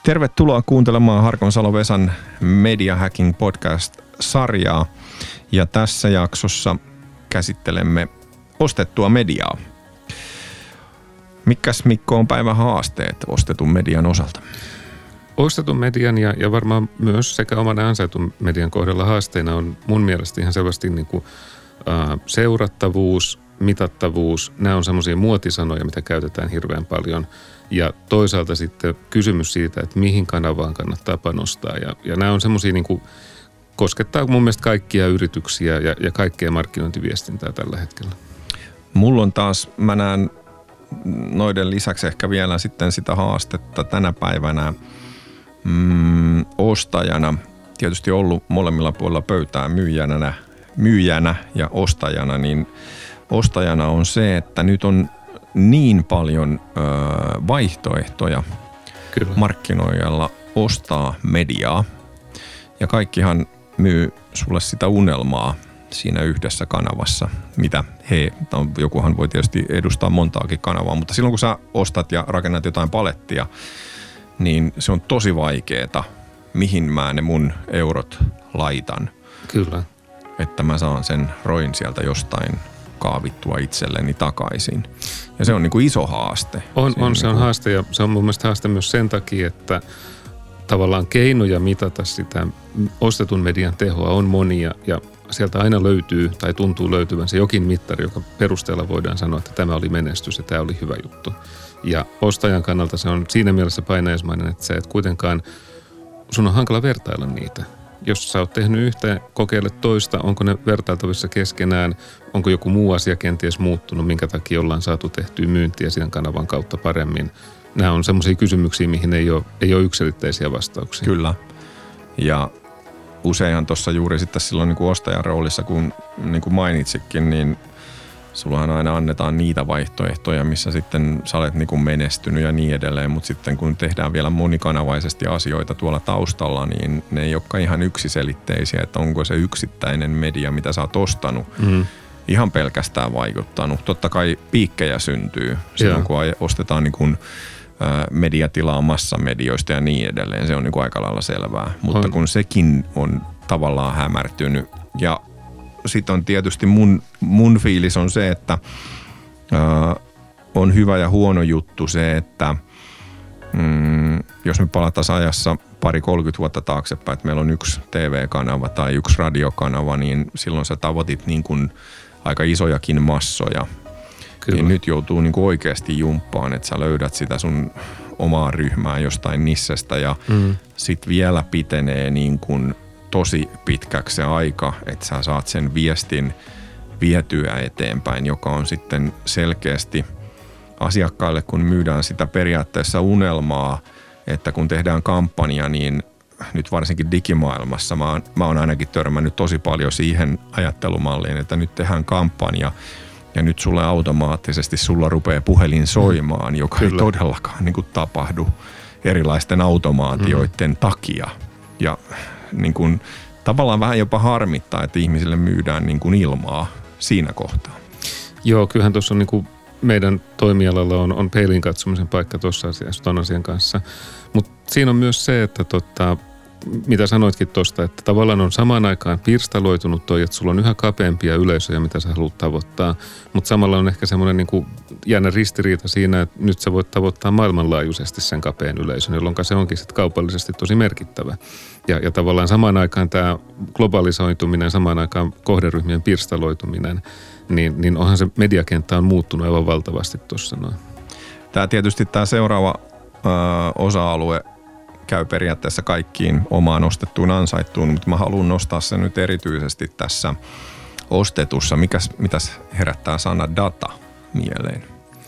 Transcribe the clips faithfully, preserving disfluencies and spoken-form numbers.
Tervetuloa kuuntelemaan Harkon Salo-Vesan Media Hacking Podcast-sarjaa. Ja tässä jaksossa käsittelemme ostettua mediaa. Mikäs Mikko on päivän haasteet ostetun median osalta? Ostetun median ja, ja varmaan myös sekä oman ansaitun median kohdalla haasteena on mun mielestä ihan selvästi niin kuin, äh, seurattavuus, mitattavuus. Nämä on semmoisia muotisanoja, mitä käytetään hirveän paljon. Ja toisaalta sitten kysymys siitä, että mihin kanavaan kannattaa panostaa. Ja, ja nämä on semmoisia niin kuin koskettaa mun mielestä kaikkia yrityksiä ja, ja kaikkea markkinointiviestintää tällä hetkellä. Mulla on taas, mä näen noiden lisäksi ehkä vielä sitten sitä haastetta tänä päivänä mm, ostajana. Tietysti ollut molemmilla puolilla pöytää myyjänä, myyjänä ja ostajana, niin ostajana on se, että nyt on niin paljon ö, vaihtoehtoja Kyllä. markkinoijalla ostaa mediaa. Ja kaikkihan myy sulle sitä unelmaa siinä yhdessä kanavassa, mitä he, jokuhan voi tietysti edustaa montaakin kanavaa, mutta silloin kun sä ostat ja rakennat jotain palettia, niin se on tosi vaikeeta, mihin mä ne mun eurot laitan. Kyllä. Että mä saan sen roin sieltä jostain kaavittua itselleni takaisin. Ja se on niin kuin iso haaste. On, on niin se on kuin haaste ja se on mun mielestä haaste myös sen takia, että tavallaan keinoja mitata sitä ostetun median tehoa on monia ja sieltä aina löytyy tai tuntuu löytyvän se jokin mittari, joka perusteella voidaan sanoa, että tämä oli menestys ja tämä oli hyvä juttu. Ja ostajan kannalta se on siinä mielessä painajaismainen, että se, että kuitenkaan sun on hankala vertailla niitä. Jos sä oot tehnyt yhtä, kokeile toista, onko ne vertailtavissa keskenään, onko joku muu asia kenties muuttunut, minkä takia ollaan saatu tehtyä myyntiä sen kanavan kautta paremmin. Nämä on semmoisia kysymyksiä, mihin ei ole, ei ole yksiselitteisiä vastauksia. Kyllä. Ja useinhan tuossa juuri sitten silloin niin kuin ostajan roolissa, kun niin kuin mainitsikin, niin sullahan aina annetaan niitä vaihtoehtoja, missä sitten sä olet niin kuin menestynyt ja niin edelleen, mutta sitten kun tehdään vielä monikanavaisesti asioita tuolla taustalla, niin ne ei olekaan ihan yksiselitteisiä, että onko se yksittäinen media, mitä sä oot ostanut, mm. ihan pelkästään vaikuttanut. Totta kai piikkejä syntyy silloin, Joo. kun ostetaan niin kuin mediatilaa massamedioista ja niin edelleen. Se on niin kuin aika lailla selvää. Mutta on. Kun sekin on tavallaan hämärtynyt. Ja sitten on tietysti mun, mun fiilis on se, että ää, on hyvä ja huono juttu se, että mm, jos me palataan ajassa pari kolmekymmentä vuotta taaksepäin, että meillä on yksi T V-kanava tai yksi radiokanava, niin silloin sä tavoitit niin kuin aika isojakin massoja. Kyllä. Niin nyt joutuu niinku oikeasti jumppaan, että sä löydät sitä sun omaa ryhmää jostain nissestä ja mm. sit vielä pitenee niin kuin tosi pitkäksi se aika, että sä saat sen viestin vietyä eteenpäin, joka on sitten selkeästi asiakkaille, kun myydään sitä periaatteessa unelmaa, että kun tehdään kampanja, niin nyt varsinkin digimaailmassa mä oon, mä oon ainakin törmännyt tosi paljon siihen ajattelumalliin, että nyt tehdään kampanja, ja nyt sulle automaattisesti, sulla rupeaa puhelin soimaan, joka Kyllä. ei todellakaan niin kuin tapahdu erilaisten automaatioiden mm. takia. Ja niin kuin, tavallaan vähän jopa harmittaa, että ihmisille myydään niin kuin ilmaa siinä kohtaa. Joo, kyllähän tuossa on niin kuin meidän toimialalla on, on peilin katsomisen paikka tuossa asiassa, tuon asian kanssa. Mutta siinä on myös se, että tota, mitä sanoitkin tuosta, että tavallaan on samaan aikaan pirstaloitunut toi, että sulla on yhä kapeampia yleisöjä, mitä sä haluat tavoittaa, mutta samalla on ehkä semmoinen niin kuin jännä ristiriita siinä, että nyt sä voit tavoittaa maailmanlaajuisesti sen kapean yleisön, jolloin se onkin sitten kaupallisesti tosi merkittävä. Ja, ja tavallaan samaan aikaan tämä globalisoituminen, samaan aikaan kohderyhmien pirstaloituminen, niin, niin onhan se mediakenttä on muuttunut aivan valtavasti tuossa noin. Tämä tietysti tämä seuraava ö, osa-alue käy periaatteessa kaikkiin omaan ostettuun ansaittuun, mutta mä haluan nostaa sen nyt erityisesti tässä ostetussa. Mikäs, mitäs herättää sana data mieleen?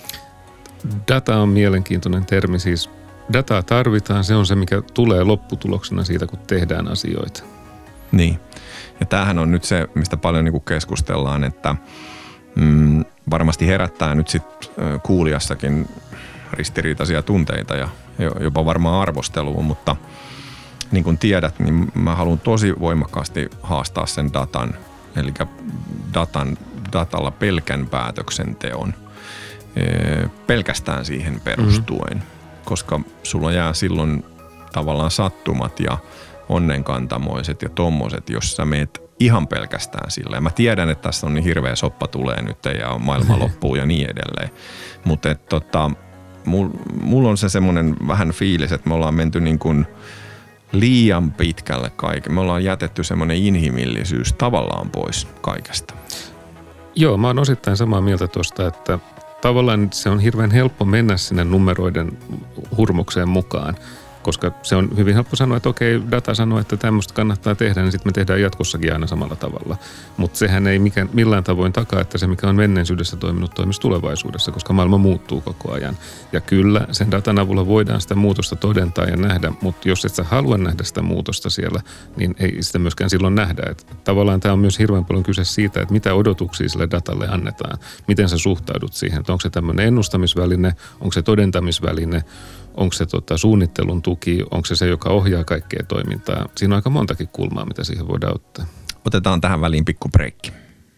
Data on mielenkiintoinen termi. Siis dataa tarvitaan, se on se, mikä tulee lopputuloksena siitä, kun tehdään asioita. Niin. Ja tämähän on nyt se, mistä paljon niin kuin keskustellaan, että mm, varmasti herättää nyt sitten kuulijassakin ristiriitaisia tunteita ja jopa varmaan arvostelua, mutta niin kuin tiedät, niin mä haluan tosi voimakkaasti haastaa sen datan, eli datan, datalla pelkän päätöksenteon, pelkästään siihen perustuen, mm-hmm. koska sulla jää silloin tavallaan sattumat ja onnenkantamoiset ja tommoset, jos sä meet ihan pelkästään sillä. Ja mä tiedän, että tässä on niin hirveä soppa tulee nyt ja maailma loppuu ja niin edelleen. Mutta tota, mulla mul on se semmoinen vähän fiilis, että me ollaan menty niin kuin liian pitkälle kaiken. Me ollaan jätetty semmoinen inhimillisyys tavallaan pois kaikesta. Joo, mä oon osittain samaa mieltä tuosta, että tavallaan se on hirveän helppo mennä sinne numeroiden hurmokseen mukaan, koska se on hyvin helppo sanoa, että okei, data sanoo, että tämmöistä kannattaa tehdä, niin sitten me tehdään jatkossakin aina samalla tavalla. Mutta sehän ei mikään, millään tavoin takaa, että se mikä on menneisyydessä toiminut, toimisi tulevaisuudessa, koska maailma muuttuu koko ajan. Ja kyllä, sen datan avulla voidaan sitä muutosta todentaa ja nähdä, mutta jos et sä halua nähdä sitä muutosta siellä, niin ei sitä myöskään silloin nähdä. Et tavallaan tämä on myös hirveän paljon kyse siitä, että mitä odotuksia sille datalle annetaan, miten sä suhtaudut siihen, että onko se tämmöinen ennustamisväline, onko se todentamisväline, onko se tota, suunnittelun tuki, onko se se, joka ohjaa kaikkea toimintaa. Siinä on aika montakin kulmaa, mitä siihen voidaan ottaa. Otetaan tähän väliin pikku breikki.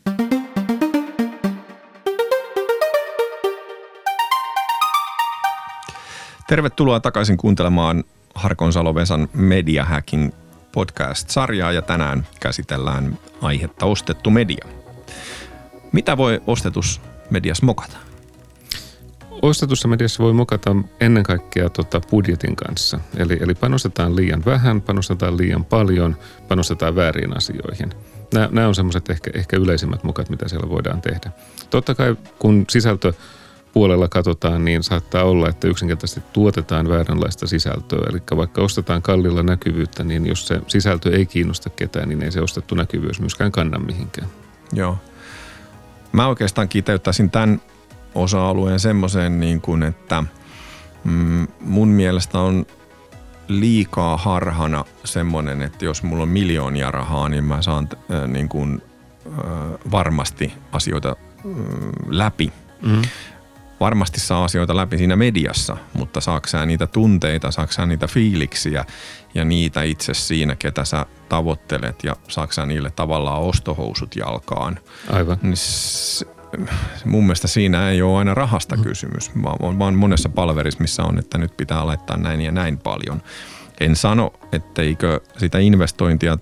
Tervetuloa takaisin kuuntelemaan Harkon Salo-Vesan Media Hacking podcast-sarjaa ja tänään käsitellään aihetta ostettu media. Mitä voi ostetus mediassa mokata? Ostetussa mediassa voi mokata ennen kaikkea tota budjetin kanssa. Eli, eli panostetaan liian vähän, panostetaan liian paljon, panostetaan vääriin asioihin. Nämä, nämä on semmoiset ehkä, ehkä yleisimmät mokat, mitä siellä voidaan tehdä. Totta kai kun sisältöpuolella katsotaan, niin saattaa olla, että yksinkertaisesti tuotetaan vääränlaista sisältöä. Eli vaikka ostetaan kallilla näkyvyyttä, niin jos se sisältö ei kiinnosta ketään, niin ei se ostettu näkyvyys myöskään kanna mihinkään. Joo. Mä oikeastaan kiteyttäisin tämän osa-alueen semmoiseen, niin kuin, että mm, mun mielestä on liikaa harhana semmoinen, että jos mulla on miljoonia rahaa, niin mä saan äh, niin kuin, äh, varmasti asioita äh, läpi. Mm. Varmasti saa asioita läpi siinä mediassa, mutta saako sä niitä tunteita, saako sä niitä fiiliksiä ja niitä itse siinä, ketä sä tavoittelet ja saako sä niille tavallaan ostohousut jalkaan. Aivan. Niin s- mun mielestä siinä ei ole aina rahasta mm. kysymys, vaan, vaan monessa palverissa, missä on, että nyt pitää laittaa näin ja näin paljon. En sano, etteikö sitä investointia,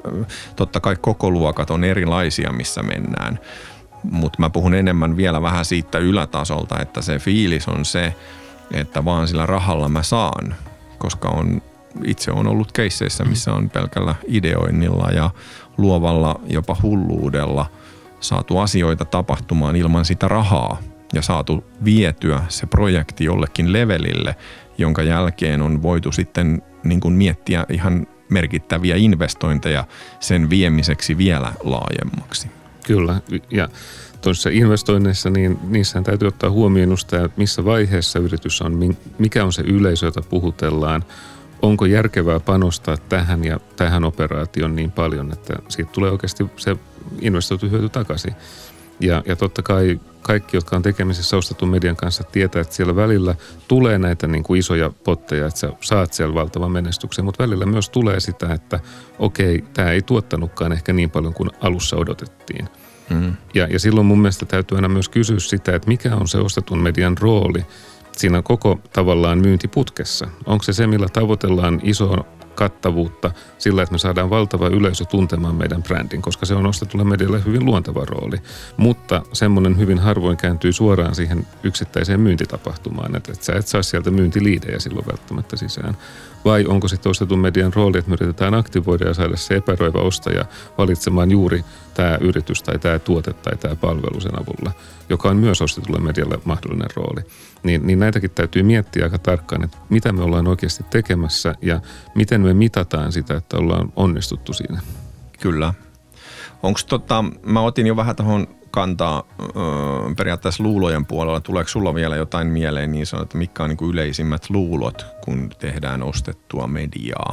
totta kai koko luokat on erilaisia, missä mennään, mutta mä puhun enemmän vielä vähän siitä ylätasolta, että se fiilis on se, että vaan sillä rahalla mä saan, koska on, itse on ollut keisseissä, missä on pelkällä ideoinnilla ja luovalla jopa hulluudella saatu asioita tapahtumaan ilman sitä rahaa ja saatu vietyä se projekti jollekin levelille, jonka jälkeen on voitu sitten niin kuin miettiä ihan merkittäviä investointeja sen viemiseksi vielä laajemmaksi. Kyllä, ja tuossa investoinneissa, niin niissähän täytyy ottaa huomioon just tämä, että missä vaiheessa yritys on, mikä on se yleisö, jota puhutellaan, onko järkevää panostaa tähän ja tähän operaatioon niin paljon, että siitä tulee oikeasti se investoitu hyöty takaisin. Ja, ja totta kai kaikki, jotka on tekemisissä ostetun median kanssa, tietää, että siellä välillä tulee näitä niin kuin isoja potteja, että sä saat siellä valtavan menestyksen, mutta välillä myös tulee sitä, että okei, tämä ei tuottanutkaan ehkä niin paljon kuin alussa odotettiin. Mm. Ja, ja silloin mun mielestä täytyy aina myös kysyä sitä, että mikä on se ostetun median rooli siinä koko tavallaan myyntiputkessa. Onko se se, millä tavoitellaan isoa kattavuutta sillä, että me saadaan valtava yleisö tuntemaan meidän brändin, koska se on ostetulle medialle hyvin luonteva rooli. Mutta semmoinen hyvin harvoin kääntyy suoraan siihen yksittäiseen myyntitapahtumaan, että, että sä et saa sieltä myyntiliidejä silloin välttämättä sisään. Vai onko sitten ostetun median rooli, että me yritetään aktivoida ja saada se epäröivä ostaja valitsemaan juuri tämä yritys tai tämä tuote tai tämä palvelu sen avulla, joka on myös ostetulle medialle mahdollinen rooli. Niin, niin näitäkin täytyy miettiä aika tarkkaan, että mitä me ollaan oikeasti tekemässä ja miten me mitataan sitä, että ollaan onnistuttu siinä. Kyllä. Onko tota, mä otin jo vähän tuohon kantaa öö, periaatteessa luulojen puolella. Tuleeko sulla vielä jotain mieleen niin sanoa, että mitkä on niin kuin yleisimmät luulot, kun tehdään ostettua mediaa?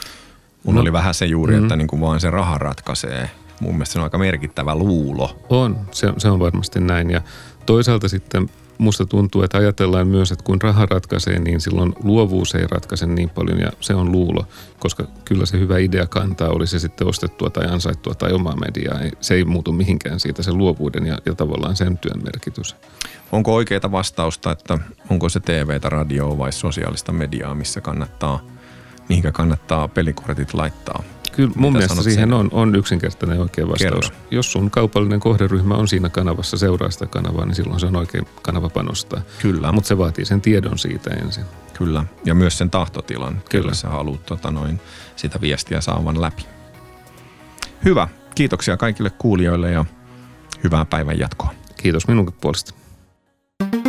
Mun no, oli vähän se juuri, mm-hmm. että niin kuin vaan se raha ratkaisee. Mun mielestä se on aika merkittävä luulo. On, se, se on varmasti näin. Ja toisaalta sitten musta tuntuu, että ajatellaan myös, että kun raha ratkaisee, niin silloin luovuus ei ratkaise niin paljon ja se on luulo, koska kyllä se hyvä idea kantaa, oli se sitten ostettua tai ansaittua tai omaa mediaa. Se ei muutu mihinkään siitä se luovuuden ja, ja tavallaan sen työn merkitys. Onko oikeaa vastausta, että onko se T V:tä, radioa vai sosiaalista mediaa, missä kannattaa mihinkä kannattaa pelikortit laittaa? Kyllä mun Mitä mielestä siihen siihen? on, on yksinkertainen oikea vastaus. Kerro. Jos sun kaupallinen kohderyhmä on siinä kanavassa, seuraa sitä kanavaa, niin silloin se on oikein kanava panostaa. Kyllä. Mutta se vaatii sen tiedon siitä ensin. Kyllä, ja myös sen tahtotilan, kyllä, Kyllä. sä haluat tota noin, sitä viestiä saavan läpi. Hyvä, kiitoksia kaikille kuulijoille ja hyvää päivän jatkoa. Kiitos minunkin puolesta.